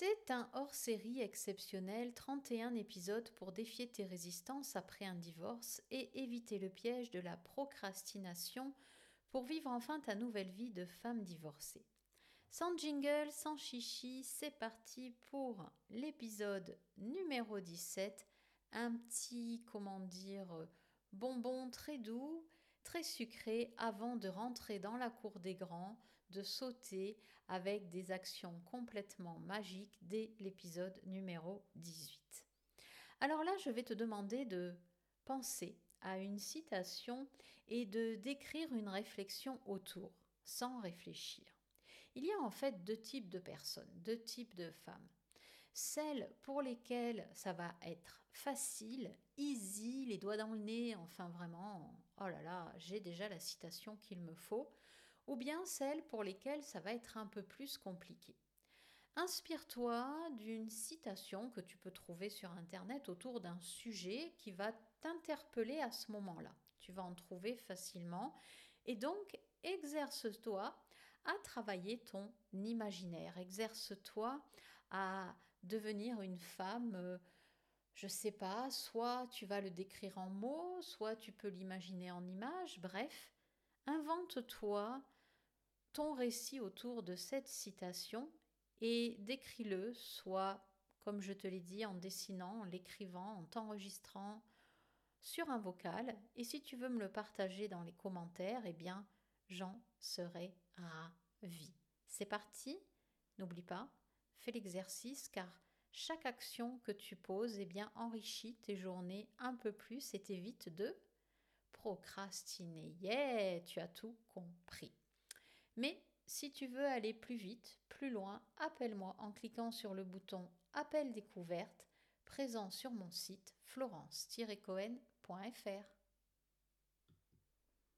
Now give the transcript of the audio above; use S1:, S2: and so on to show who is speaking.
S1: C'est un hors-série exceptionnel, 31 épisodes pour défier tes résistances après un divorce et éviter le piège de la procrastination pour vivre enfin ta nouvelle vie de femme divorcée. Sans jingle, sans chichi, c'est parti pour l'épisode numéro 17. Un petit, bonbon très doux, très sucré avant de rentrer dans la cour des grands, de sauter avec des actions complètement magiques dès l'épisode numéro 18. Alors là, je vais te demander de penser à une citation et de décrire une réflexion autour, sans réfléchir. Il y a en fait deux types de personnes, deux types de femmes. Celles pour lesquelles ça va être facile, easy, les doigts dans le nez, enfin vraiment, oh là là, j'ai déjà la citation qu'il me faut, ou bien celles pour lesquelles ça va être un peu plus compliqué. Inspire-toi d'une citation que tu peux trouver sur Internet autour d'un sujet qui va t'interpeller à ce moment-là. Tu vas en trouver facilement et donc exerce-toi à travailler ton imaginaire. Exerce-toi à devenir une femme, je sais pas, soit tu vas le décrire en mots, soit tu peux l'imaginer en images, bref, invente-toi ton récit autour de cette citation et décris-le, soit, comme je te l'ai dit, en dessinant, en l'écrivant, en t'enregistrant sur un vocal. Et si tu veux me le partager dans les commentaires, eh bien, j'en serai ravie. C'est parti. N'oublie pas, fais l'exercice car chaque action que tu poses, eh bien, enrichit tes journées un peu plus et t'évite de procrastiner. Yeah, tu as tout compris. Mais si tu veux aller plus vite, plus loin, appelle-moi en cliquant sur le bouton Appel découverte présent sur mon site florence-cohen.fr.